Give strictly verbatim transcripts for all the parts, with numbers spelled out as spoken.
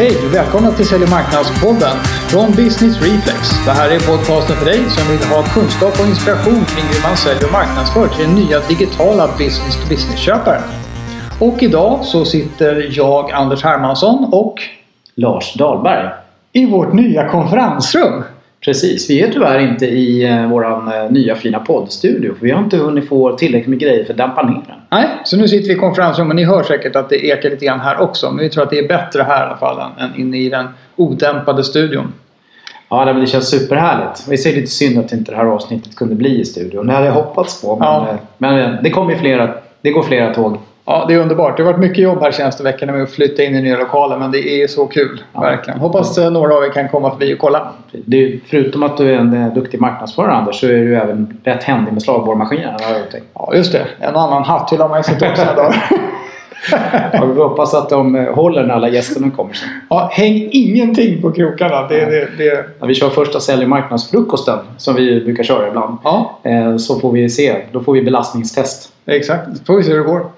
Hej och välkomna till Sälj och marknadspodden från Business Reflex. Det här är podcasten för dig som vill ha kunskap och inspiration kring hur man säljer och marknadsför till den nya digitala business-to-business-köparen. Och idag så sitter jag, Anders Hermansson och Lars Dahlberg i vårt nya konferensrum. Precis, vi är tyvärr inte i eh, våran eh, nya fina poddstudio. För vi har inte hunnit få tillräckligt med grejer för att dampa ner den. Nej, så nu sitter vi i konferensrum och ni hör säkert att det ekar lite grann här också. Men vi tror att det är bättre här i alla fall än, än inne i den odämpade studion. Ja, det känns superhärligt. Vi ser lite synd att inte det här avsnittet kunde bli i studion. Det hade jag hoppats på. Men, ja. eh, men eh, det kommer ju flera, det går flera tåg. Ja, det är underbart. Det har varit mycket jobb här senaste veckan med att flytta in i nya lokaler. Men det är så kul, ja. Verkligen. Hoppas mm. några av er kan komma förbi och kolla. Det är, förutom att du är en duktig marknadsförare, Anders, så är du även rätt händig med slagborrmaskinen. Ja, just det. En annan hatt till har man ju sett också idag. Ja, vi hoppas att de håller när alla gästerna kommer sen. Ja, häng ingenting på krokarna. Det, det, det... När vi kör första sälj- och marknadsfrukosten som vi brukar köra ibland. Ja. Så får vi se. Då får vi belastningstest. Exakt. Får vi se hur det går.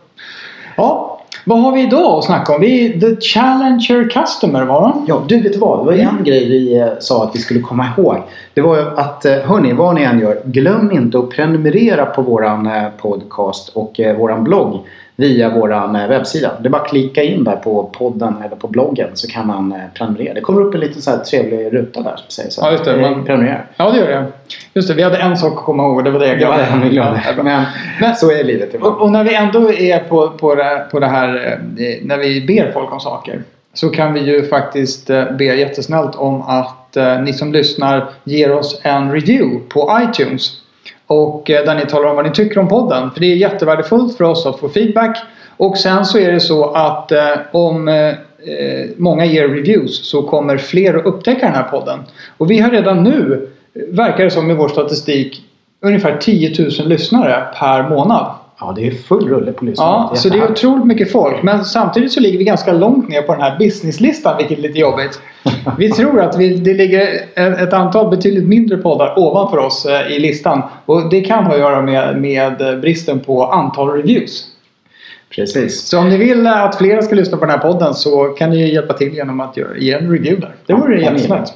Ja, vad har vi idag att snacka om? Vi är The Challenger Customer, va? Ja, du vet vad? Det var en grej vi sa att vi skulle komma ihåg. Det var ju att, hörni, vad ni än gör, glöm inte att prenumerera på våran podcast och våran blogg via våran webbsida. Det är bara att klicka in där på podden eller på bloggen så kan man prenumerera. Det kommer upp en liten så här trevlig ruta där som säger så. Ja, just det. Man prenumererar. Ja, det gör det. Just det, vi hade en sak att komma ihåg. Det var det jag glömde. Ja, jag glömde. Men, men så är livet. Och, och när vi ändå är på, på, det, på det här, när vi ber folk om saker, så kan vi ju faktiskt be jättesnällt om att eh, ni som lyssnar ger oss en review på iTunes. Och där ni talar om vad ni tycker om podden. För det är jättevärdefullt för oss att få feedback. Och sen så är det så att eh, om eh, många ger reviews så kommer fler att upptäcka den här podden. Och vi har redan nu, verkar det som i vår statistik, ungefär tio tusen lyssnare per månad. Ja, det är full rulle på lyssnare. Ja, så det är otroligt mycket folk. Men samtidigt så ligger vi ganska långt ner på den här businesslistan, vilket är lite jobbigt. Vi tror att vi, det ligger ett antal betydligt mindre poddar ovanför oss eh, i listan. Och det kan ha att göra med, med bristen på antal reviews. Precis. Så om ni vill att flera ska lyssna på den här podden så kan ni hjälpa till genom att göra, ge en review där. Det vore ja, jättesnällt.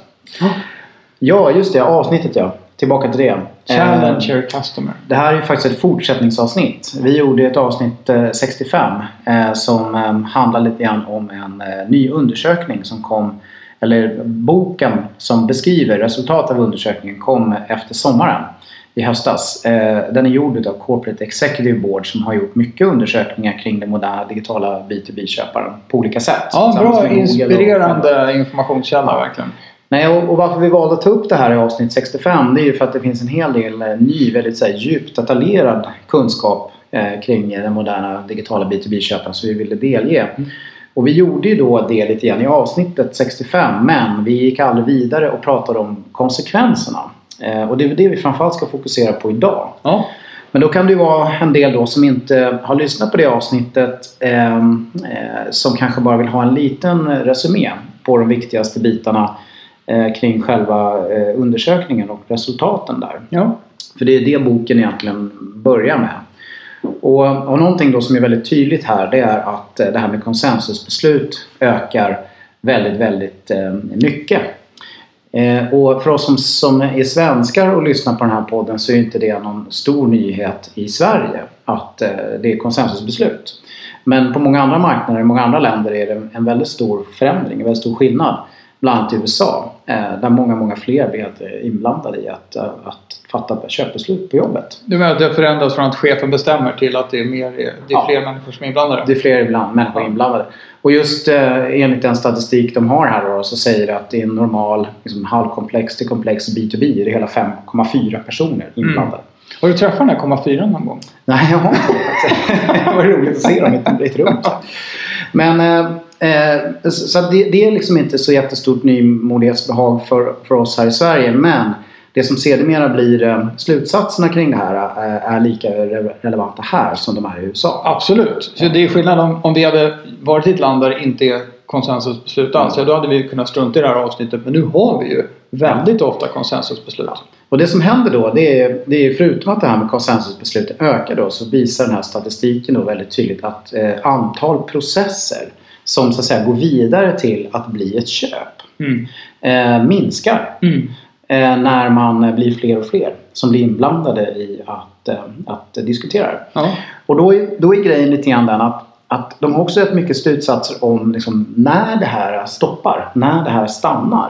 Ja, just det. Avsnittet, ja. Tillbaka till det. Challenger Customer. Det här är ju faktiskt ett fortsättningsavsnitt. Vi gjorde ett avsnitt sextiofem eh, som eh, handlar lite grann om en eh, ny undersökning som kom, eller boken som beskriver resultatet av undersökningen kom efter sommaren i höstas. Eh, den är gjord av Corporate Executive Board som har gjort mycket undersökningar kring den moderna digitala B två B-köparen på olika sätt. Ja, bra inspirerande och informationskälla verkligen. Nej, och, och varför vi valde att ta upp det här i avsnitt sextiofem, det är ju för att det finns en hel del eh, ny, väldigt så här, djupt detaljerad kunskap eh, kring den moderna digitala B två B-köparen som vi ville delge. Mm. Och vi gjorde ju då det lite grann i avsnittet sextiofem, men vi gick aldrig vidare och pratade om konsekvenserna. Eh, och det är det vi framförallt ska fokusera på idag. Ja. Men då kan det ju vara en del då som inte har lyssnat på det avsnittet eh, eh, som kanske bara vill ha en liten resumé på de viktigaste bitarna Eh, kring själva eh, undersökningen och resultaten där. Ja. För det är det boken egentligen börjar med. Och, och någonting då som är väldigt tydligt här, det är att eh, det här med konsensusbeslut ökar väldigt, väldigt eh, mycket. Eh, och för oss som, som är svenskar och lyssnar på den här podden så är inte det någon stor nyhet i Sverige att eh, det är konsensusbeslut. Men på många andra marknader, i många andra länder är det en väldigt stor förändring, en väldigt stor skillnad. Bland annat i U S A, där många, många fler blev inblandade i att, att fatta köpbeslut på jobbet. Du menar att det förändras från att chefen bestämmer till att det är, mer, det är ja. fler människor som är inblandade? Det är fler ibland, människor inblandade. Och just eh, enligt den statistik de har här då, så säger det att det är en normal liksom, halvkomplex till komplex B två B. Det är hela fem komma fyra personer inblandade. Mm. Har du träffat den här komma fyra någon gång? Nej, jag har inte det. Det var roligt att se dem i ett rum. Men... Eh, Eh, så det, det är liksom inte så jättestort nymodighetsbehag för, för oss här i Sverige, men det som sedermera blir eh, slutsatserna kring det här eh, är lika re- relevanta här som de är i U S A. Absolut, så det är skillnad om, om vi hade varit i ett land där det inte är konsensusbeslut alls, mm. då hade vi kunnat strunta i det här avsnittet, men nu har vi ju väldigt ofta konsensusbeslut. Ja. Och det som händer då, det är, det är förutom att det här med konsensusbeslut ökar då, så visar den här statistiken då väldigt tydligt att eh, antal processer som så att säga går vidare till att bli ett köp. Mm. Eh, minskar Mm. eh, när man blir fler och fler som blir inblandade i att, eh, att diskutera. Ja. Och då är, då är grejen lite grann den att, att de har också rätt mycket slutsatser om liksom, när det här stoppar, när det här stannar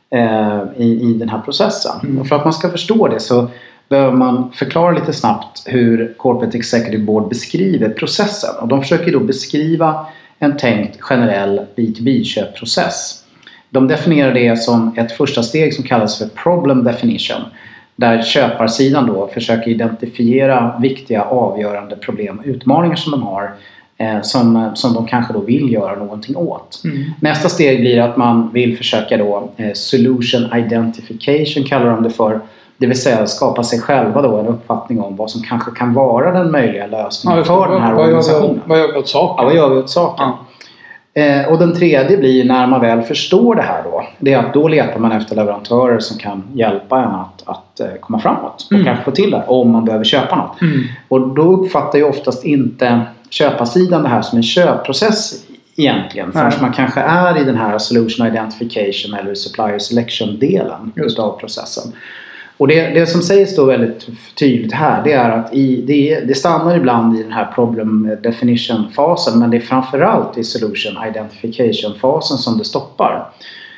eh, i, i den här processen. Mm. Och för att man ska förstå det så behöver man förklara lite snabbt hur Corporate Executive Board beskriver processen. Och de försöker då beskriva en tänkt generell B two B-köpprocess. De definierar det som ett första steg som kallas för problem definition. Där köparsidan då försöker identifiera viktiga avgörande problem och utmaningar som de har. Eh, som, som de kanske då vill göra någonting åt. Mm. Nästa steg blir att man vill försöka då eh, solution identification kallar de det för. Det vill säga skapa sig själva då en uppfattning om vad som kanske kan vara den möjliga lösningen Ja, för vad, den här vad organisationen. Gör, vad gör vi åt saken? Ja, vad gör vi åt saken? Ja. Eh, och den tredje blir när man väl förstår det här då. Det är att då letar man efter leverantörer som kan hjälpa en att, att eh, komma framåt. Och Mm. kanske få till det om man behöver köpa något. Mm. Och då uppfattar ju oftast inte köparsidan det här som en köpprocess egentligen. Förrän man kanske är i den här solution identification eller supplier selection delen utav processen. Och det, det som sägs då väldigt tydligt här det är att i, det, det stannar ibland i den här problem definition fasen men det är framförallt i solution identification fasen som det stoppar.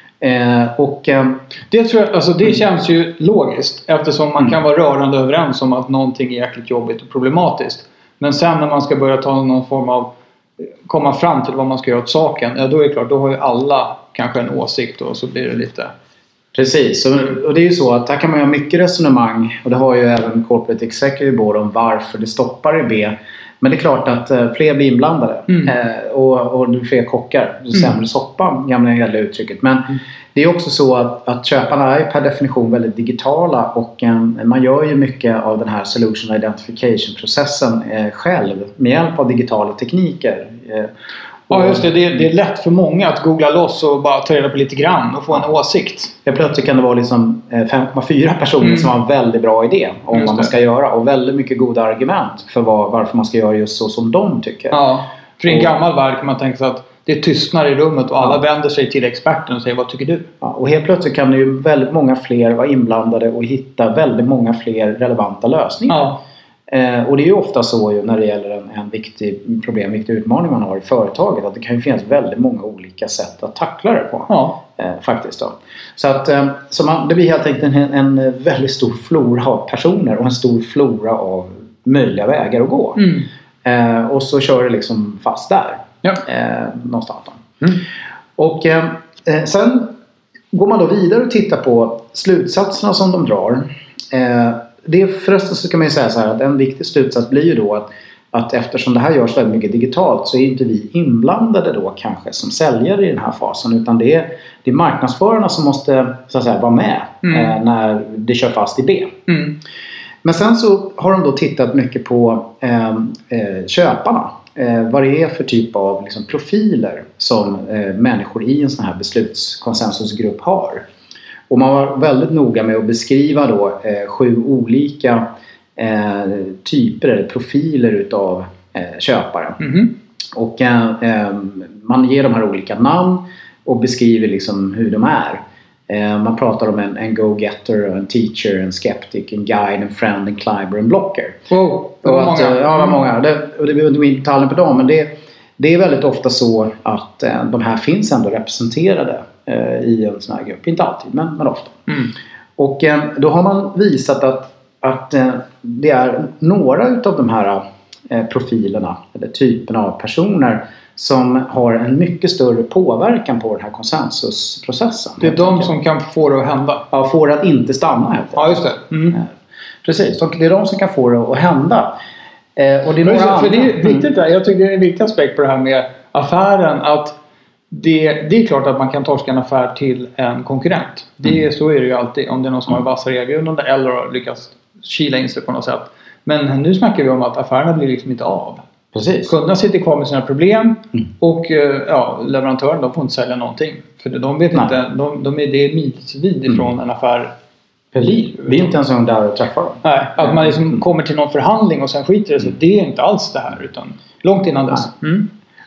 Eh, och, eh, det tror jag, alltså det mm. känns ju logiskt eftersom man mm. kan vara rörande överens om att någonting är jäkligt jobbigt och problematiskt. Men sen när man ska börja ta någon form av komma fram till vad man ska göra åt saken, ja då är det klart, då har ju alla kanske en åsikt och så blir det lite... Precis, och det är ju så att där kan man ha mycket resonemang och det har ju även Corporate Executive Board om varför det stoppar i B. Men det är klart att eh, fler blir inblandade mm. eh, och, och fler kockar, sämre mm. soppa, gamla hela uttrycket. Men mm. det är också så att, att köparna är per definition väldigt digitala och eh, man gör ju mycket av den här solution identification-processen eh, själv med hjälp av digitala tekniker. Eh, Ja just det, det är, det är lätt för många att googla loss och bara ta reda på lite grann och få en åsikt. Ja, plötsligt kan det vara liksom fem komma fyra personer mm. som har en väldigt bra idé om just vad man ska det. göra och väldigt mycket goda argument för var, varför man ska göra just så som de tycker. Ja, för i en och, gammal värld kan man tänka sig att det tystnar i rummet och alla ja. vänder sig till experten och säger vad tycker du? Ja, och helt plötsligt kan det ju väldigt många fler vara inblandade och hitta väldigt många fler relevanta lösningar. Ja. Eh, och det är ju ofta så ju när det gäller en, en viktig problem, viktig utmaning man har i företaget att det kan ju finnas väldigt många olika sätt att tackla det på. Ja. Eh, faktiskt då. Så att eh, så man, det blir helt enkelt en, en väldigt stor flora av personer och en stor flora av möjliga vägar att gå. Mm. Eh, och så kör det liksom fast där. Ja. Eh, någonstans då. Mm. Och eh, sen går man då vidare och tittar på slutsatserna som de drar. Eh, Det förresten så kan man ju säga så här att en viktig slutsats blir ju då att, att eftersom det här görs väldigt mycket digitalt så är inte vi inblandade då kanske som säljare i den här fasen utan det är, det är marknadsförarna som måste så att säga vara med mm. eh, när det kör fast i B. Mm. Men sen så har de då tittat mycket på eh, eh, köparna. Eh, vad det är för typ av liksom, profiler som eh, människor i en sån här beslutskonsensusgrupp har. Och man var väldigt noga med att beskriva då eh, sju olika eh, typer eller profiler utav eh, köpare. Mm-hmm. Och eh, man ger de här olika namn och beskriver liksom hur de är. Eh, man pratar om en, en go-getter, en teacher, en skeptic, en guide, en friend, en climber, en blocker. Wow, det var att, många. Ja, det var många. Det, och det behöver inte gå in på detaljen på dem, men det, det är väldigt ofta så att eh, de här finns ändå representerade i en sån här grupp. Inte alltid, men, men ofta. Mm. Och eh, då har man visat att, att eh, det är några utav de här eh, profilerna eller typerna av personer som har en mycket större påverkan på den här konsensusprocessen. Det är de som kan få det att hända. Ja, få det att inte stanna helt. Ja, just det. Mm. Precis, och det är de som kan få det att hända. Eh, och det är några för, andra. för det är viktigt där. Jag tycker det är en viktig aspekt på det här med affären att Det, det är klart att man kan torska en affär till en konkurrent. Det, mm. Så är det ju alltid om det är någon som har vassare erbjudande eller har lyckats kila in sig på något sätt. Men nu snackar vi om att affärerna blir liksom inte av. Precis. Kunderna sitter kvar med sina problem mm. och ja, leverantören de får inte sälja någonting. För de vet Nej. inte, de, de är, det är milsvid ifrån mm. en affär. Precis. Vi är inte ens där och träffar dem. Nej, att man liksom kommer till någon förhandling och sen skiter det sig. Mm. Det är inte alls det här utan långt innan dess. Mm.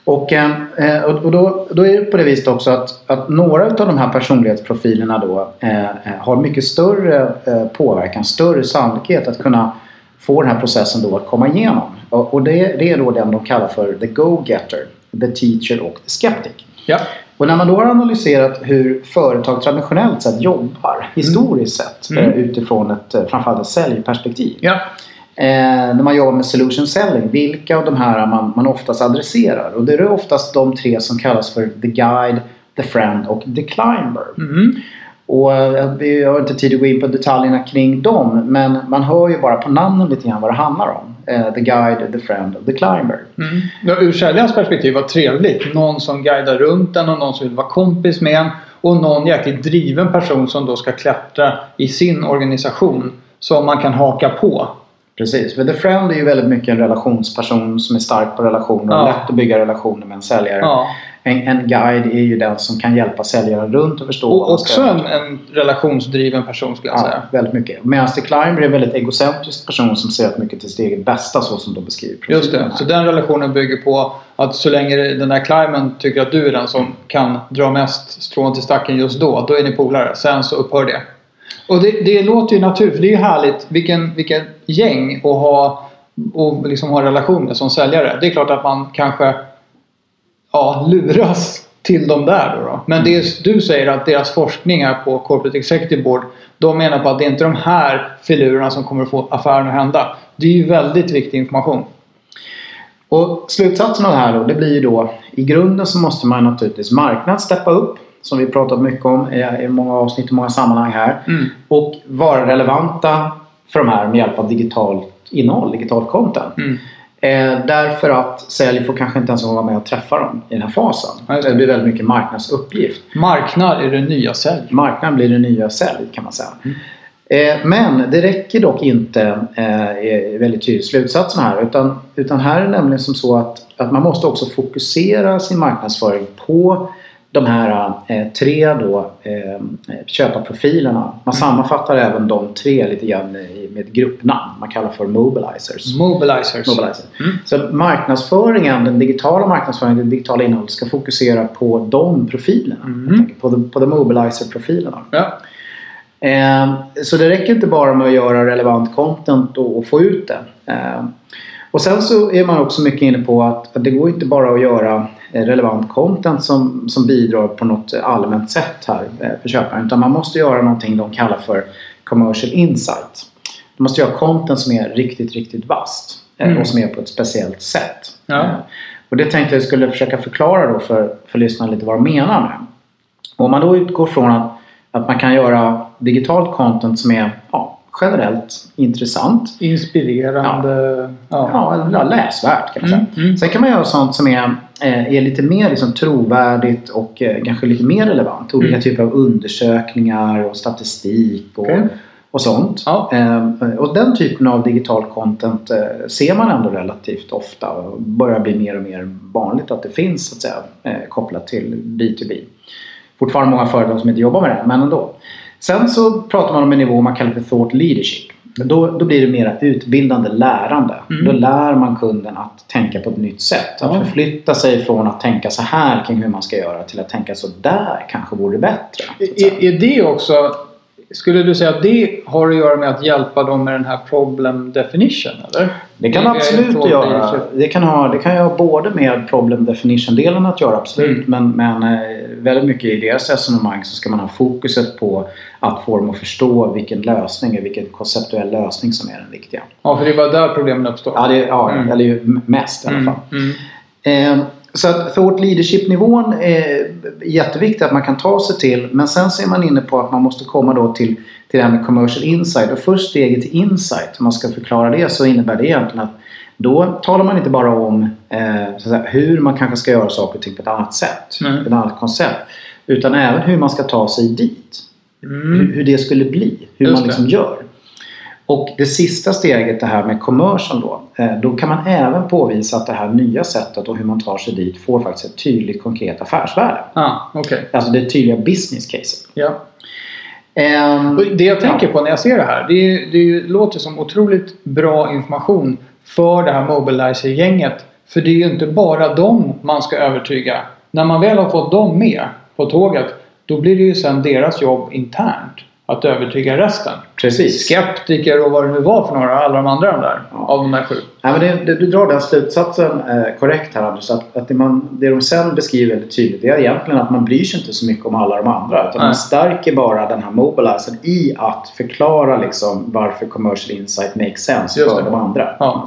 Och, eh, och då, då är det på det viset också att, att några av de här personlighetsprofilerna då eh, har mycket större eh, påverkan, större sannolikhet att kunna få den här processen då att komma igenom. Och, och det, det är då den de kallar för the go-getter, the teacher och the skeptic. Ja. Och när man då har analyserat hur företag traditionellt sett jobbar, historiskt sett, mm. eh, utifrån ett framförallt ett säljperspektiv. Ja. Eh, när man jobbar med solution selling, vilka av de här man, man oftast adresserar? Och det är oftast de tre som kallas för the guide, the friend och the climber. Mm. Och eh, vi har inte tid att gå in på detaljerna kring dem, men man hör ju bara på namnen lite grann vad det handlar om. Eh, the guide, the friend och the climber. Mm. Ja, ur säljarens perspektiv var trevligt. Någon som guidar runt en och någon som vill vara kompis med en. Och någon jäkligt driven person som då ska klättra i sin organisation som man kan haka på. Precis, för the friend är ju väldigt mycket en relationsperson som är stark på relationer och ja. lätt att bygga relationer med en säljare. Ja. En, en guide är ju den som kan hjälpa säljaren runt och förstå. Och också en, en relationsdriven person skulle jag ja, säga. Väldigt mycket. Medan the climber är en väldigt egocentrisk person som ser mycket till sitt eget bästa så som de beskriver. Just det, så den relationen bygger på att så länge den där climbern tycker att du är den som kan dra mest strån till stacken just då, då är ni polare. Sen så upphör det. Och det, det låter ju naturligt, för det är ju härligt vilken, vilken gäng att ha och liksom ha relationer som säljare. Det är klart att man kanske ja, luras till dem där då. då. Men mm. det du säger att deras forskning här på Corporate Executive Board, de menar på att det är inte de här filurerna som kommer att få affären att hända. Det är ju väldigt viktig information. Och slutsatsen av det här då, det blir ju då i grunden så måste man naturligtvis marknad steppa upp. Som vi pratat mycket om i många avsnitt och många sammanhang här. Mm. Och vara relevanta för de här med hjälp av digitalt innehåll, digitalt content. Mm. Eh, därför att sälj får kanske inte ens vara med och träffa dem i den här fasen. Ja, det. det blir väldigt mycket marknadsuppgift. Marknad är det nya sälj. Marknad blir det nya sälj kan man säga. Mm. Eh, men det räcker dock inte eh, är väldigt tydligt slutsatsen här. Utan, utan här är det nämligen som så att, att man måste också fokusera sin marknadsföring på de här eh, tre då, eh, köparprofilerna. Man mm. sammanfattar även de tre lite grann med ett gruppnamn. Man kallar för mobilizers. Mobilizers. mobilizers. Mm. Så marknadsföringen, den digitala marknadsföringen, det digitala innehållet ska fokusera på de profilerna. Mm. På de, på de mobilizer-profilerna. Ja. Eh, så det räcker inte bara med att göra relevant content och, och få ut det. Eh, och sen så är man också mycket inne på att, att det går inte bara att göra relevant content som, som bidrar på något allmänt sätt här för köparen. Utan man måste göra någonting de kallar för commercial insight. Man måste göra content som är riktigt, riktigt vasst. Mm. Och som är på ett speciellt sätt. Ja. Och det tänkte jag skulle försöka förklara då för, för lyssnarna lite vad de menar med. Och om man då utgår från att, att man kan göra digitalt content som är ja, generellt intressant. Inspirerande. Ja, ja. ja läsvärt kan man säga. Mm. Mm. Sen kan man göra sånt som är, är lite mer liksom trovärdigt och kanske lite mer relevant. Olika mm. typer av undersökningar och statistik och, okay. och sånt. Ja. Och den typen av digital content ser man ändå relativt ofta och börjar bli mer och mer vanligt att det finns så att säga, kopplat till B to B. Fortfarande många företag som inte jobbar med det, men ändå. Sen så pratar man om en nivå man kallar för thought leadership. Då, då blir det mera utbildande lärande. Mm. Då lär man kunden att tänka på ett nytt sätt. Att ja. förflytta sig från att tänka så här kring hur man ska göra till att tänka så där kanske vore bättre. Är, är det också, skulle du säga att det har att göra med att hjälpa dem med den här problem definition eller? Det kan det absolut göra. Det kan ha, det kan ju ha både med problem definition-delen att göra absolut. Mm. Men, men väldigt mycket i deras resonemang så ska man ha fokuset på att få dem att förstå vilken lösning, vilken konceptuell lösning som är den viktiga. Ja, för det är bara där problemen uppstår. Ja, det, ja mm. eller ju mest i alla fall. Mm. Mm. Eh, så att thought leadership-nivån är jätteviktigt att man kan ta sig till. Men sen så är man inne på att man måste komma då till, till det här med commercial insight. Och först steget till insight, om man ska förklara det, så innebär det egentligen att då talar man inte bara om eh, så att säga, hur man kanske ska göra saker och ting på ett annat sätt. Mm. Ett annat koncept. Utan även hur man ska ta sig dit. Mm. Hur, hur det skulle bli. Hur Just man liksom det. gör. Och det sista steget, det här med commercial då. Då kan man även påvisa att det här nya sättet och hur man tar sig dit får faktiskt ett tydligt konkret affärsvärde. Ah, okay. Alltså det tydliga business caset. Ja. Um, det jag tänker ja. på när jag ser det här. Det, är, det låter som otroligt bra information för det här mobilizer-gänget. För det är ju inte bara dem man ska övertyga. När man väl har fått dem med på tåget, då blir det ju sen deras jobb internt att övertyga resten. Precis. Skeptiker och vad det nu var för några, alla de andra de där, ja. Av de där sju. Ja, men det, det, du drar den slutsatsen eh, korrekt här, Anders. Att, att det, man, det de sen beskriver väldigt tydligt, det är egentligen att man bryr sig inte så mycket om alla de andra. Utan Nej. Man stärker bara den här mobilisern i att förklara liksom varför commercial insight makes sense Just för det. De andra. Ja.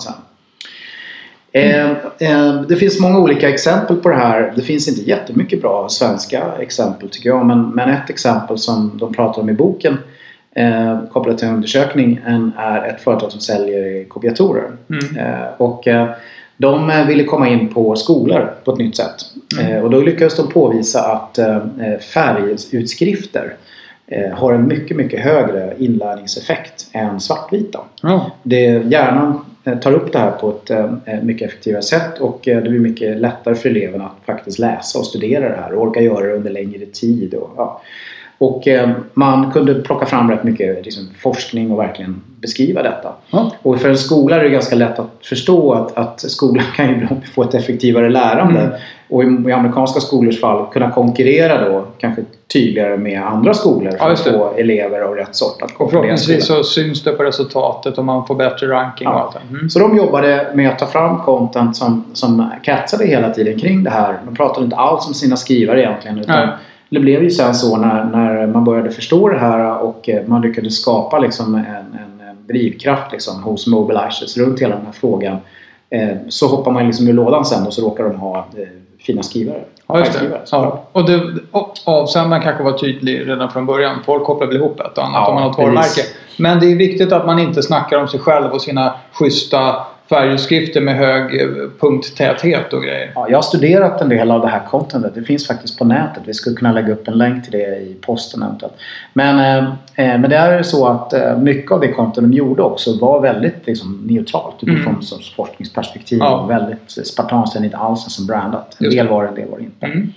Eh, eh, det finns många olika exempel på det här. Det finns inte jättemycket bra svenska exempel tycker jag. Men, men ett exempel som de pratar om i boken eh, kopplat till en undersökning är ett företag som säljer kopiatorer. Mm. Eh, och eh, de ville komma in på skolor på ett nytt sätt. Mm. Eh, och då lyckades de påvisa att eh, färgutskrifter eh, har en mycket, mycket högre inlärningseffekt än svartvita. Mm. Det, hjärnan tar upp det här på ett eh, mycket effektivare sätt och eh, det blir mycket lättare för eleverna att faktiskt läsa och studera det här och orka göra det under längre tid. Och, ja. och eh, man kunde plocka fram rätt mycket liksom, forskning och verkligen beskriva detta. Mm. Och för en skola är det ganska lätt att förstå att, att skolan kan ju få ett effektivare lärande. Mm. Och i, i amerikanska skolors fall kunna konkurrera då kanske tydligare med andra skolor för ja, att få elever av rätt sort att och förhoppningsvis så syns det på resultatet och man får bättre ranking. Ja. Och allt. Mm. Så de jobbade med att ta fram content som, som kretsade hela tiden kring det här. De pratade inte alls om sina skrivare egentligen utan mm. det blev ju sen så när, när man började förstå det här och man lyckades skapa liksom en, en drivkraft liksom hos mobilizers runt hela den här frågan. Eh, så hoppar man liksom ur lådan sen och så råkar de ha eh, fina skrivare. Ja, just det. Ja. Och, det, och avsändaren kanske var tydlig redan från början. Folk kopplar väl ihop ett och annat ja, om man har ett varumärke. Men det är viktigt att man inte snackar om sig själv och sina schyssta färgskrifter med hög punkttäthet och grejer. Ja, jag har studerat en del av det här contentet. Det finns faktiskt på nätet. Vi skulle kunna lägga upp en länk till det i posten eventuellt. Men, eh, men det är så att eh, mycket av det content de gjorde också var väldigt liksom, neutralt utifrån mm. som forskningsperspektiv. Ja. Och väldigt spartanskt, inte alls som brandat. En del var det, en del var det inte. Mm.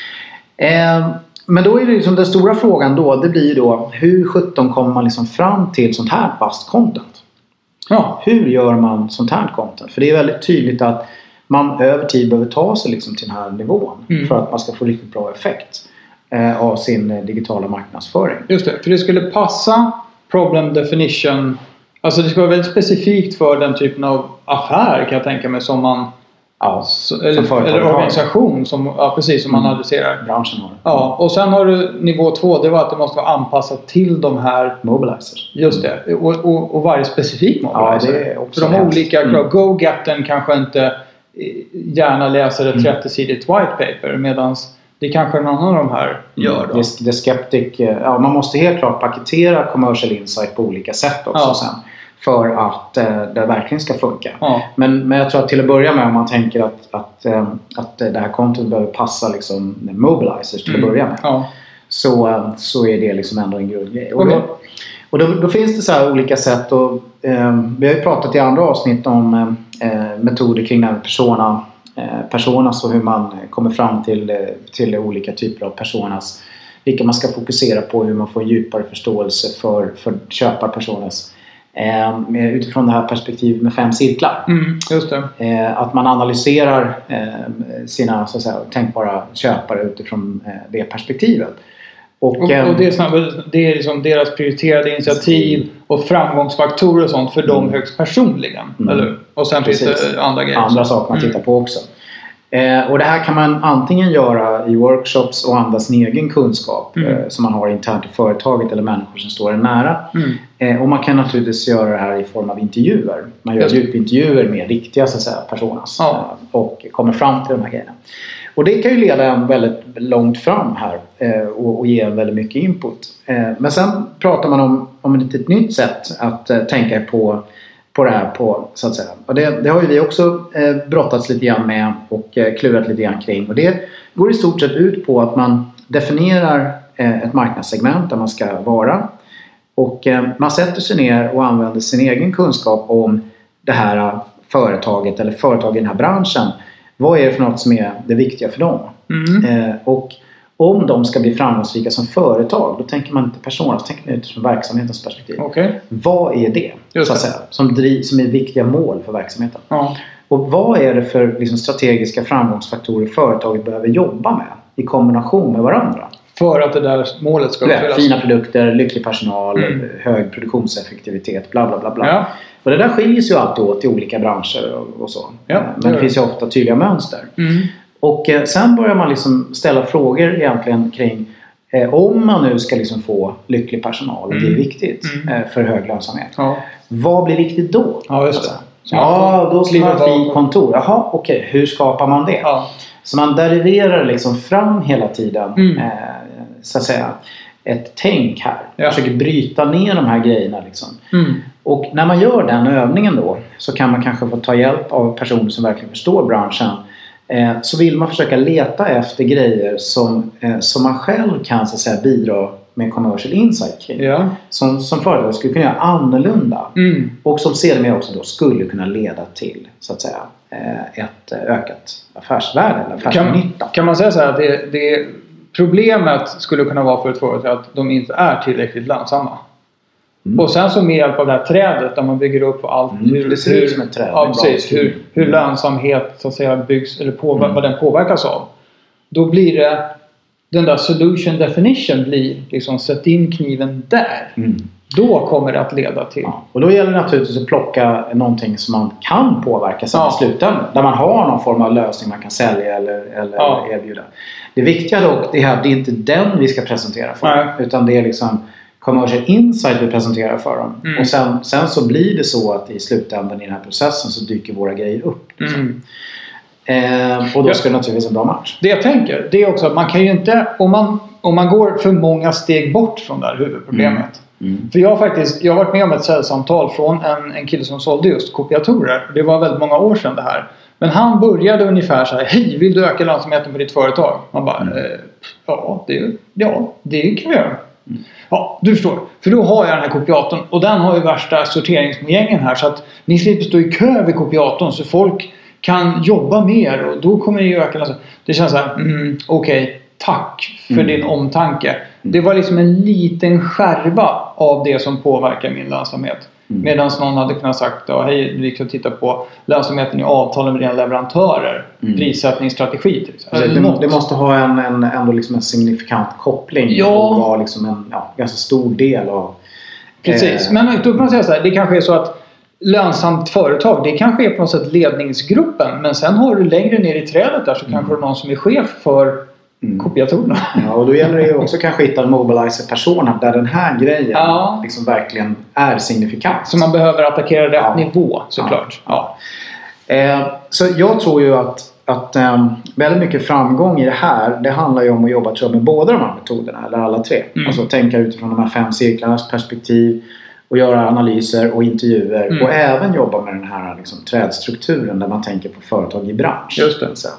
Eh, men då är det liksom den stora frågan då. Det blir då hur sjutton kommer man liksom fram till sånt här fast content? Ja, hur gör man sånt här content? För det är väldigt tydligt att man över tid behöver ta sig liksom till den här nivån mm. för att man ska få riktigt bra effekt eh, av sin eh, digitala marknadsföring. Just det, för det skulle passa problem definition. Alltså det ska vara väldigt specifikt för den typen av affär kan jag tänka mig som man ja, så, eller, eller organisation som, ja, precis, som mm. man adresserar. Branschen har det. Ja, och sen har du nivå två, det var att det måste vara anpassat till de här mobilizers. Just det, och, och, och varje specifik mobilizer. Ja, det är också för de olika, mm. Go-Getten kanske inte gärna läser ett trettio-sidigt white paper medan det kanske någon av de här gör då. Det, det skeptic, ja, man måste helt klart paketera commercial insight på olika sätt också ja. sen. För att eh, det verkligen ska funka. Ja. Men, men jag tror att till att börja med om man tänker att, att, eh, att det här content behöver passa liksom mobilizers till mm. att börja med. Ja. Så, så är det liksom ändå en grundgrej. Och, okay. då, och då, då finns det så här olika sätt. Och, eh, vi har ju pratat i andra avsnitt om eh, metoder kring den här persona, eh, personas och hur man kommer fram till, till olika typer av personas. Vilka man ska fokusera på, hur man får djupare förståelse för, för köparpersonas. Eh, utifrån det här perspektivet med fem cirklar. Mm, just det. Eh, att man analyserar eh, sina så att säga, tänkbara köpare utifrån eh, det perspektivet. Och, och, och det är, snabbt, det är liksom deras prioriterade initiativ och framgångsfaktorer och sånt för mm. dem högst personligen. Mm. Eller? Och sen Precis. finns det andra grejer. Andra saker man mm. tittar på också. Eh, och det här kan man antingen göra i workshops och använda sin egen kunskap mm. eh, som man har internt i företaget eller människor som står en nära. Mm. Eh, och man kan naturligtvis göra det här i form av intervjuer. Man gör djupintervjuer med riktiga så att säga, personas ja. eh, och kommer fram till de här grejerna. Och det kan ju leda en väldigt långt fram här eh, och, och ge en väldigt mycket input. Eh, men sen pratar man om, om ett litet nytt sätt att eh, tänka på på det här på, så att säga. Och det, det har ju vi också eh, brottats lite grann med och eh, klurat lite grann kring. Och det går i stort sett ut på att man definierar eh, ett marknadssegment där man ska vara. Och eh, man sätter sig ner och använder sin egen kunskap om det här företaget eller företag i den här branschen. Vad är det för något som är det viktiga för dem? Mm. Eh, och om de ska bli framgångsrika som företag, då tänker man inte personer, så tänker man utifrån verksamhetens perspektiv. Okay. Vad är det, så att säga, som, driv, som är viktiga mål för verksamheten? Ja. Och vad är det för liksom, strategiska framgångsfaktorer företaget behöver jobba med i kombination med varandra? För att det där målet ska uppfyllas. Fina produkter, lycklig personal, mm. hög produktionseffektivitet, bla bla bla. bla. Ja. Och det där skiljer sig ju alltid åt i olika branscher och, och så. Ja, men det finns ju ofta tydliga mönster. Mm. Och eh, sen börjar man liksom ställa frågor egentligen kring eh, om man nu ska liksom få lycklig personal, mm. det är viktigt mm. eh, för hög lönsamhet. Ja. Vad blir viktigt då? Ja, just det. Så ja, då ska man ha ett kontor. Jaha, okej. Okay. Hur skapar man det? Ja. Så man deriverar liksom fram hela tiden mm. eh, så att säga ett tänk här. Ja. Försöker bryta ner de här grejerna liksom. Mm. Och när man gör den övningen då så kan man kanske få ta hjälp av personer som verkligen förstår branschen. Eh, så vill man försöka leta efter grejer som, eh, som man själv kan så att säga bidra med commercial insight kring. Ja. Som, som företag skulle kunna göra annorlunda. Mm. Och som sedermera också då skulle kunna leda till så att säga eh, ett ökat affärsvärde eller affärsnytta. Kan, kan man säga så här att det, det problemet skulle kunna vara för ett företag att de inte är tillräckligt lönsamma. Mm. Och sen så med hjälp av det här trädet där man bygger upp allt mm, hur, det ser hur, ut som ett träd. Ja, precis, hur, hur lönsamhet så att säga byggs eller påver- mm. vad den påverkas av. Då blir det den där solution definition blir liksom sätt in kniven där. Mm. Då kommer det att leda till. Ja. Och då gäller det naturligtvis att plocka någonting som man kan påverka sen ja. i slutändan. Där man har någon form av lösning man kan sälja eller, eller ja. erbjuda. Det viktiga dock är att det är inte den vi ska presentera för. Nej. Utan det är liksom commercial insight vi presenterar för dem. Mm. Och sen, sen så blir det så att i slutändan i den här processen så dyker våra grejer upp. Liksom. Mm. Eh, och då ska det naturligtvis en bra match. Det jag tänker, det är också att man kan ju inte, om man, om man går för många steg bort från det här huvudproblemet. Mm. Mm. För jag har faktiskt, jag har varit med om ett säljsamtal från en, en kille som sålde just kopiatorer. Det var väldigt många år sedan det här. Men han började ungefär så här: hej, vill du öka lönsamheten på ditt företag? Man bara, mm. eh, ja, det, ja, det kan vi göra. Mm. Ja, du förstår. För då har jag den här kopiatorn och den har ju värsta sorteringsmojängen här, så att ni slipper stå i kö vid kopiatorn så folk kan jobba mer och då kommer det ju öka. Det känns så här, mm, okej, okay, tack för mm. din omtanke. Det var liksom en liten skärva av det som påverkar min lönsamhet. Mm. Medan någon hade kunnat sagt, ja, hej, vi kan titta på lönsamheten i avtalen med dina leverantörer. Mm. Prissättningsstrategi. Alltså, det, det måste ha en, en, ändå liksom en signifikant koppling. Ja. Och vara liksom en ja, ganska stor del av... Precis, eh, men då kan man säga så här, det kanske är så att lönsamt företag, det kanske är på något sätt ledningsgruppen. Men sen har du längre ner i trädet där så mm. kanske du är någon som är chef för mm. kopiatorerna. Ja, och då gäller det ju också kanske hitta en mobilizer-persona där den här grejen ja. liksom verkligen är signifikant. Så man behöver attackera rätt ja. nivå såklart. Ja. Ja. Eh, så jag tror ju att, att eh, väldigt mycket framgång i det här, det handlar ju om att jobba tror jag, med båda de här metoderna, eller alla tre. Mm. Alltså tänka utifrån de här fem cirklarnas perspektiv och göra analyser och intervjuer mm. och även jobba med den här liksom, trädstrukturen där man tänker på företag i bransch. Just det. Så.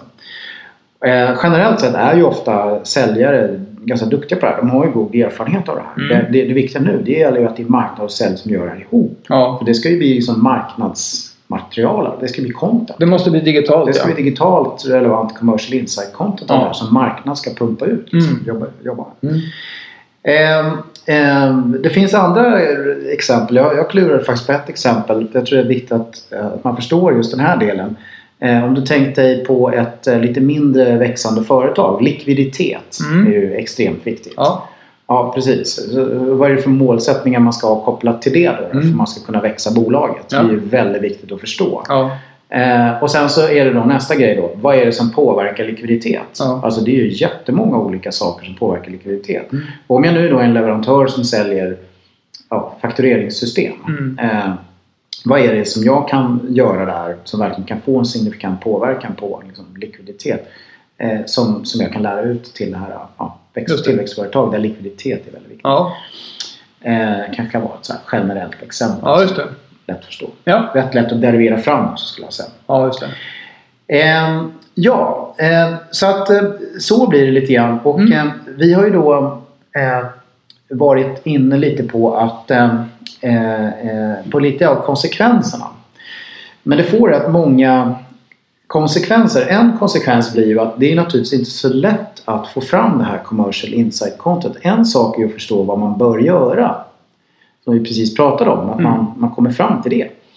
Eh, generellt sett är ju ofta säljare ganska duktiga på det här. De har ju god erfarenhet av det här. Mm. Det, det, det viktiga nu det gäller ju att det är marknad och sälj som gör det här ihop. Ja. För det ska ju bli liksom marknadsmaterial. Det ska bli content. Det måste bli digitalt. Det ska ja. bli digitalt relevant commercial insight content ja. som marknad ska pumpa ut. Liksom, mm. jobba, jobba. Mm. Eh, eh, det finns andra exempel. Jag, jag klurar faktiskt på ett exempel. Jag tror det är viktigt att, att man förstår just den här delen. Eh, om du tänkt dig på ett eh, lite mindre växande företag. Likviditet mm. är ju extremt viktigt. Ja, ja precis. Så, vad är det för målsättningar man ska ha kopplat till det då? Mm. För att man ska kunna växa bolaget. Ja. Det är ju väldigt viktigt att förstå. Ja. Eh, och sen så är det då nästa grej då. Vad är det som påverkar likviditet? Ja. Alltså det är ju jättemånga olika saker som påverkar likviditet. Mm. Och om jag nu då är en leverantör som säljer ja, faktureringssystem. Mm. Eh, vad är det som jag kan göra där som verkligen kan få en signifikant påverkan på liksom, likviditet eh, som, som jag kan lära ut till det här ja, växt- tillväxtföretag där likviditet är väldigt viktigt. Ja. Eh, kanske kan vara ett så här generellt exempel. Ja, just det. Lätt att förstå. Ja. Rätt lätt att derivera fram också skulle jag säga. Ja, just det. Eh, ja, eh, så att eh, så blir det lite grann. Och mm. eh, vi har ju då eh, varit inne lite på att eh, eh, på lite av konsekvenserna. Men det får rätt många konsekvenser. En konsekvens blir ju att det är naturligtvis inte så lätt att få fram det här commercial insight content. En sak är att förstå vad man bör göra. Som vi precis pratade om. Att mm. man, man kommer fram till det.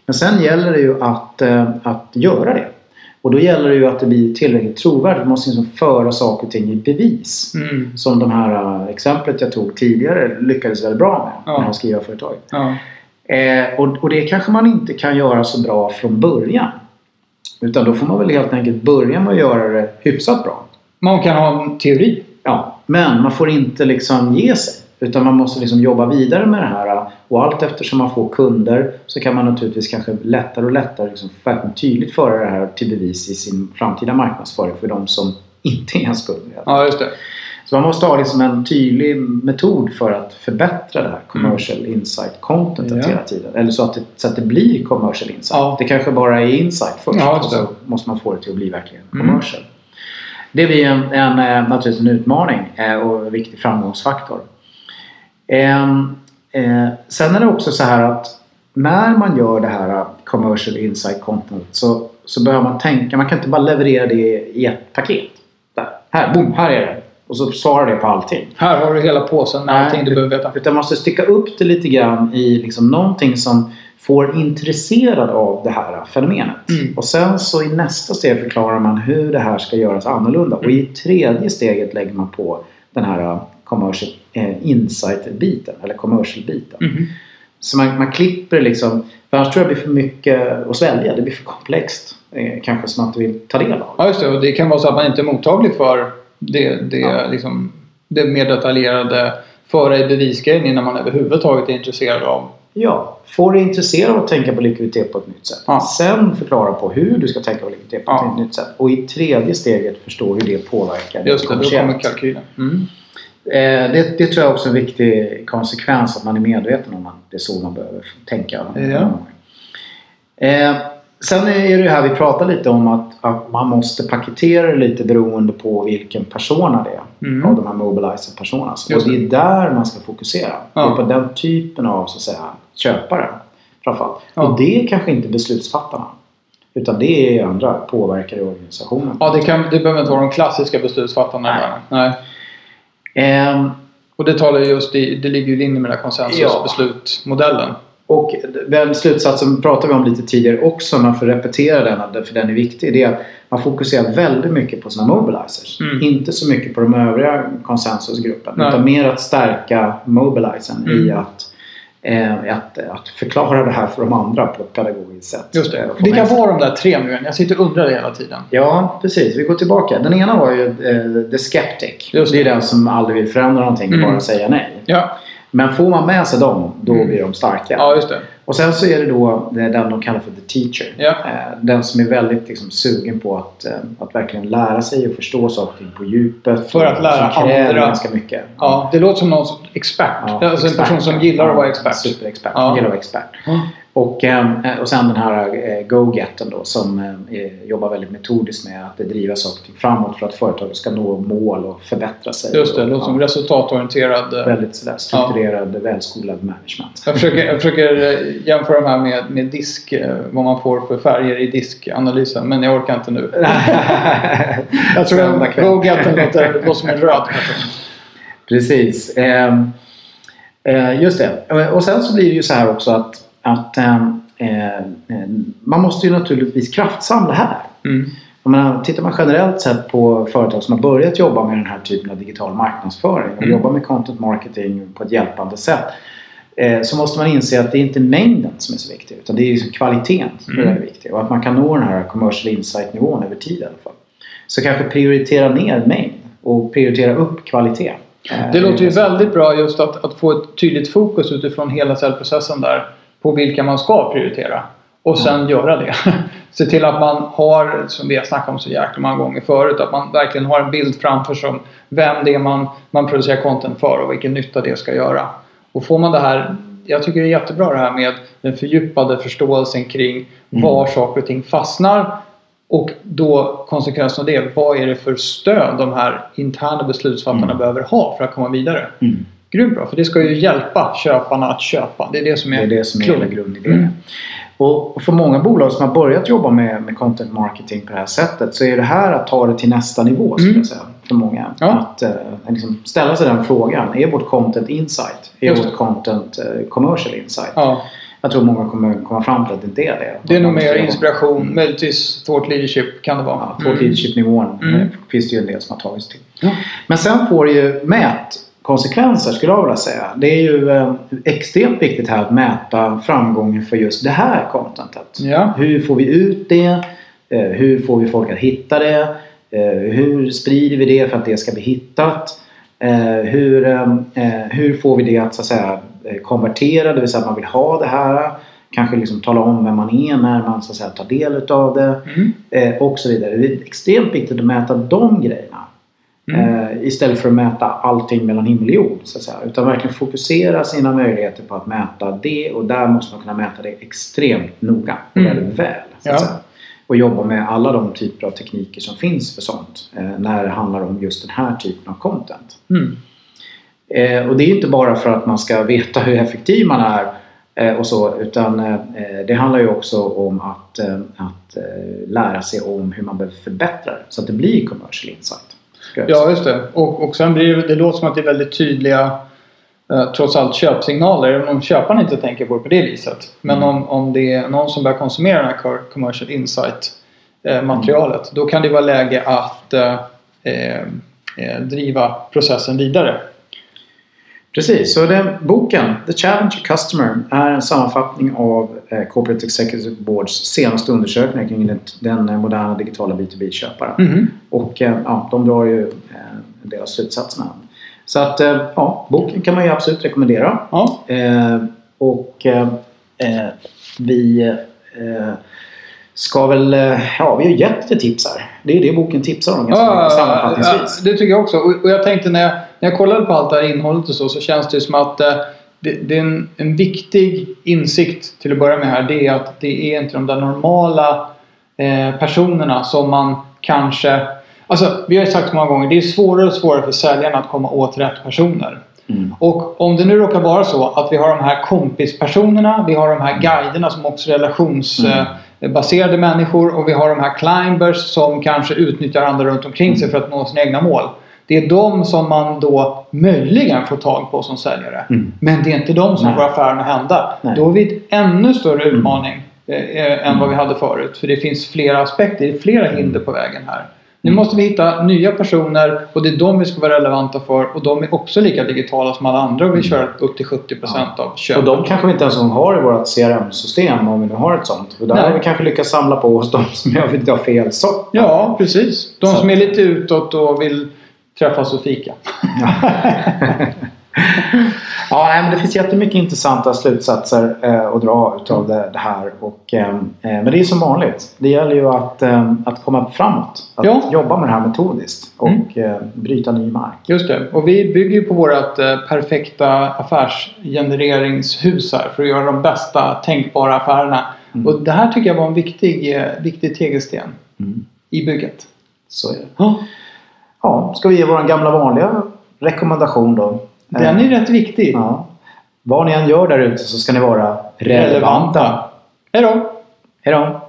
Men sen gäller det ju att, att göra det. Och då gäller det ju att det blir tillräckligt trovärdigt. Man måste liksom föra saker och ting i bevis. Mm. Som de här exemplet jag tog tidigare lyckades väldigt bra med. Ja. Det här skrivarföretaget. Ja. Eh, och, och det kanske man inte kan göra så bra från början. Utan då får man väl helt enkelt börja med att göra det hyfsat bra. Man kan ha en teori. Ja, men man får inte liksom ge sig. Utan man måste liksom jobba vidare med det här. Och allt eftersom man får kunder så kan man naturligtvis kanske lättare och lättare liksom tydligt föra det här till bevis i sin framtida marknadsföring för de som inte är ens kunder. Ja, just det. Så man måste ha liksom en tydlig metod för att förbättra det här commercial mm. insight contentet ja. hela tiden. Eller så att, det, så att det blir commercial insight. Ja. Det kanske bara är insight först ja, och så måste man få det till att bli verkligen commercial. Mm. Det blir en, en, naturligtvis en utmaning och en viktig framgångsfaktor. Eh, eh, sen är det också så här att när man gör det här commercial insight content så, så behöver man tänka, man kan inte bara leverera det i ett paket. Där. Här, boom, här är det. Och så svarar det på allting. Här har du hela påsen med allting du behöver veta. Utan man måste sticka upp det lite grann i liksom någonting som får intresserad av det här fenomenet. Mm. Och sen så i nästa steg förklarar man hur det här ska göras annorlunda. Mm. Och i tredje steget lägger man på den här commercial eh, insight-biten. Eller commercial-biten. Mm. Så man, man klipper liksom. För annars tror jag det blir för mycket att svälja. Det blir för komplext. Eh, kanske som man inte vill ta del av. Ja, just det. Och det kan vara så att man inte är mottaglig för det, det, ja. liksom, det mer detaljerade föra i bevisgrejen innan man överhuvudtaget är intresserad av. Ja, får du intresserad av att tänka på likviditet på ett nytt sätt. Ja. Sen förklara på hur du ska tänka på likviditet på ja. ett nytt sätt. Och i tredje steget förstå hur det påverkar. Just det, då kommer kalkylen. Mm. Eh, det, det tror jag också är en viktig konsekvens att man är medveten om att det är så man behöver tänka. Ja. Eh, sen är det här vi pratar lite om att, att man måste paketera lite beroende på vilken persona det är. Mm. Av de här mobilizer-personerna. Och det är där man ska fokusera. Ja. Det är på den typen av så att säga, köpare. Framförallt. Ja. Och det är kanske inte beslutsfattarna. Utan det är andra påverkare i organisationen. Ja, det, kan, det behöver inte vara de klassiska beslutsfattarna. Nej. Nej. Um, och det talar just i, det ligger ju i linje med den här konsensusbeslutmodellen. Ja. Och den slutsatsen pratade vi om lite tidigare också. Man får repetera den för den är viktig. Det är att man fokuserar väldigt mycket på sina mobilizers. Mm. Inte så mycket på de övriga konsensusgruppen. Nej. Utan mer att stärka mobilizern mm. i att, eh, att, att förklara det här för de andra på ett pedagogiskt sätt. Just det. Det kan vara de där tre nu. Jag sitter och undrar det hela tiden. Ja, precis. Vi går tillbaka. Den ena var ju eh, the skeptic. Just det. Det är den som aldrig vill förändra någonting. Mm. Bara säga nej. Ja. Men får man med sig dem, då mm. blir de starka. Ja, just det. Och sen så är det då den de kallar för the teacher. Ja. Den som är väldigt liksom, sugen på att, att verkligen lära sig och förstå saker på djupet. För att lära andra. Ganska mycket. Ja, det låter som någon expert. Ja, alltså expert. En person som gillar att vara expert. Superexpert. Ja. Gillar att vara expert. Mm. Och, och sen den här go-getten då som jobbar väldigt metodiskt med att driva saker framåt för att företaget ska nå mål och förbättra sig. Just det, det låter ja. som resultatorienterad. Väldigt sådär, strukturerad, ja. välskolad management. Jag försöker, jag försöker jämföra de här med, med disk, vad man får för färger i diskanalysen, men jag orkar inte nu. Jag tror att go-getten låter, låter som en röd kanske. Precis. Eh, just det. Och sen så blir det ju så här också att att eh, eh, man måste ju naturligtvis kraftsamla här. Mm. menar, tittar man generellt sett på företag som har börjat jobba med den här typen av digital marknadsföring och mm. jobba med content marketing på ett hjälpande sätt, eh, så måste man inse att det är inte mängden som är så viktig, utan det är ju kvaliteten som mm. är väldigt viktig, och att man kan nå den här commercial insight nivån över tid i alla fall. Så kanske prioritera ner mängd och prioritera upp kvalitet. Eh, det låter ju väldigt bra just att, att få ett tydligt fokus utifrån hela säljprocessen där på vilka man ska prioritera och sen mm. göra det. Se till att man har, som vi har snackat om så jäkla många gånger förut, att man verkligen har en bild framför sig om vem det är man, man producerar content för och vilken nytta det ska göra. Och får man det här, jag tycker det är jättebra det här med den fördjupade förståelsen kring mm. var saker och ting fastnar, och då konsekvensen av det, vad är det för stöd de här interna beslutsfattarna mm. behöver ha för att komma vidare. Mm. Grymt bra, för det ska ju hjälpa köparna att köpa. Det är det som är, det är, det som är hela grundidén. Mm. Och för många bolag som har börjat jobba med, med content marketing på det här sättet, så är det här att ta det till nästa nivå, skulle mm. jag säga, för många. Ja. Att äh, liksom ställa sig den frågan. Är vårt content insight? Är vårt content äh, commercial insight? Ja. Jag tror många kommer komma fram till att det inte är det. Det är nog mer inspiration, mm. möjligtvis thought leadership kan det vara. Ja, thought leadership-nivån mm. finns det ju en del som har tagits till. Ja. Men sen får det ju mätkonsekvenser skulle jag vilja säga. Det är ju eh, extremt viktigt här att mäta framgången för just det här contentet. Ja. Hur får vi ut det? Eh, hur får vi folk att hitta det? Eh, hur sprider vi det för att det ska bli hittat? Eh, hur, eh, hur får vi det att, så att säga, konvertera, det vill säga att man vill ha det här, kanske liksom tala om vem man är när man, så att säga, tar del av det mm. eh, och så vidare. Det är extremt viktigt att mäta de grejerna mm. eh, istället för att mäta allting mellan himmel och jord, så att säga, utan verkligen fokusera sina möjligheter på att mäta det, och där måste man kunna mäta det extremt noga och mm. väldigt väl, så att ja. säga. Och jobba med alla de typer av tekniker som finns för sånt eh, när det handlar om just den här typen av content. Mm. Eh, och det är inte bara för att man ska veta hur effektiv man är eh, och så, utan eh, det handlar ju också om att, eh, att eh, lära sig om hur man behöver förbättra det, så att det blir commercial insight. Ja, just det. Och, och sen blir det, det låter som att det är väldigt tydliga eh, trots allt köpsignaler, även om köparen inte tänker på det på det viset. Men mm. om, om det är någon som börjar konsumera den här commercial insight eh, materialet, mm. då kan det vara läge att eh, eh, driva processen vidare. Precis, så den boken The Challenge Customer är en sammanfattning av eh, Corporate Executive Boards senaste undersökning kring den, den moderna digitala B två B-köparen. Mm. Och eh, ja, de drar ju eh, en del av slutsatserna. Så att eh, ja, boken kan man ju absolut rekommendera. Ja. Eh, och eh, vi eh, ska väl, ja, vi har gett lite tips här. Det är det boken tipsar om ganska ja, mycket sammanfattningsvis. Ja, det tycker jag också. Och, och jag tänkte när jag, när jag kollade på allt det här innehållet och så, så känns det som att eh, det, det är en, en viktig insikt till att börja med här. Det är att det är inte de där normala eh, personerna som man kanske... Alltså, vi har ju sagt många gånger, det är svårare och svårare för säljarna att komma åt rätt personer. Mm. Och om det nu råkar vara så att vi har de här kompispersonerna, vi har de här guiderna som också är relationsbaserade mm. människor, och vi har de här climbers som kanske utnyttjar andra runt omkring mm. sig för att nå sina egna mål. Det är de som man då möjligen får tag på som säljare. Mm. Men det är inte de som Nej. får affären att hända. Nej. Då har vi en ännu större utmaning mm. eh, än vad vi hade förut. För det finns flera aspekter, det är flera hinder på vägen här. Nu måste vi hitta nya personer, och det är de vi ska vara relevanta för, och de är också lika digitala som alla andra, och vi kör upp till sjuttio procent ja. av köpen. Och de kanske vi inte ens har i vårt C R M-system, om vi nu har ett sånt. Och där Nej. har vi kanske lyckats samla på oss de som gör lite fel sort. Ja, precis. De Så. som är lite utåt och vill träffas och fika. Ja. Ja, nej, men det finns jättemycket intressanta slutsatser eh, att dra utav det, det här. Och, eh, men det är som vanligt. Det gäller ju att, eh, att komma framåt. Att ja. jobba med det här metodiskt och mm. eh, bryta ny mark. Just det. Och vi bygger ju på vårt eh, perfekta affärsgenereringshus här för att göra de bästa tänkbara affärerna. Mm. Och det här tycker jag var en viktig, eh, viktig tegelsten mm. i bygget. Så är det. Ja. Ja, ska vi ge vår gamla vanliga rekommendation då? Den är rätt viktig. Ja. Vad ni än gör där ute så ska ni vara relevanta. relevanta. Hej då! Hej då!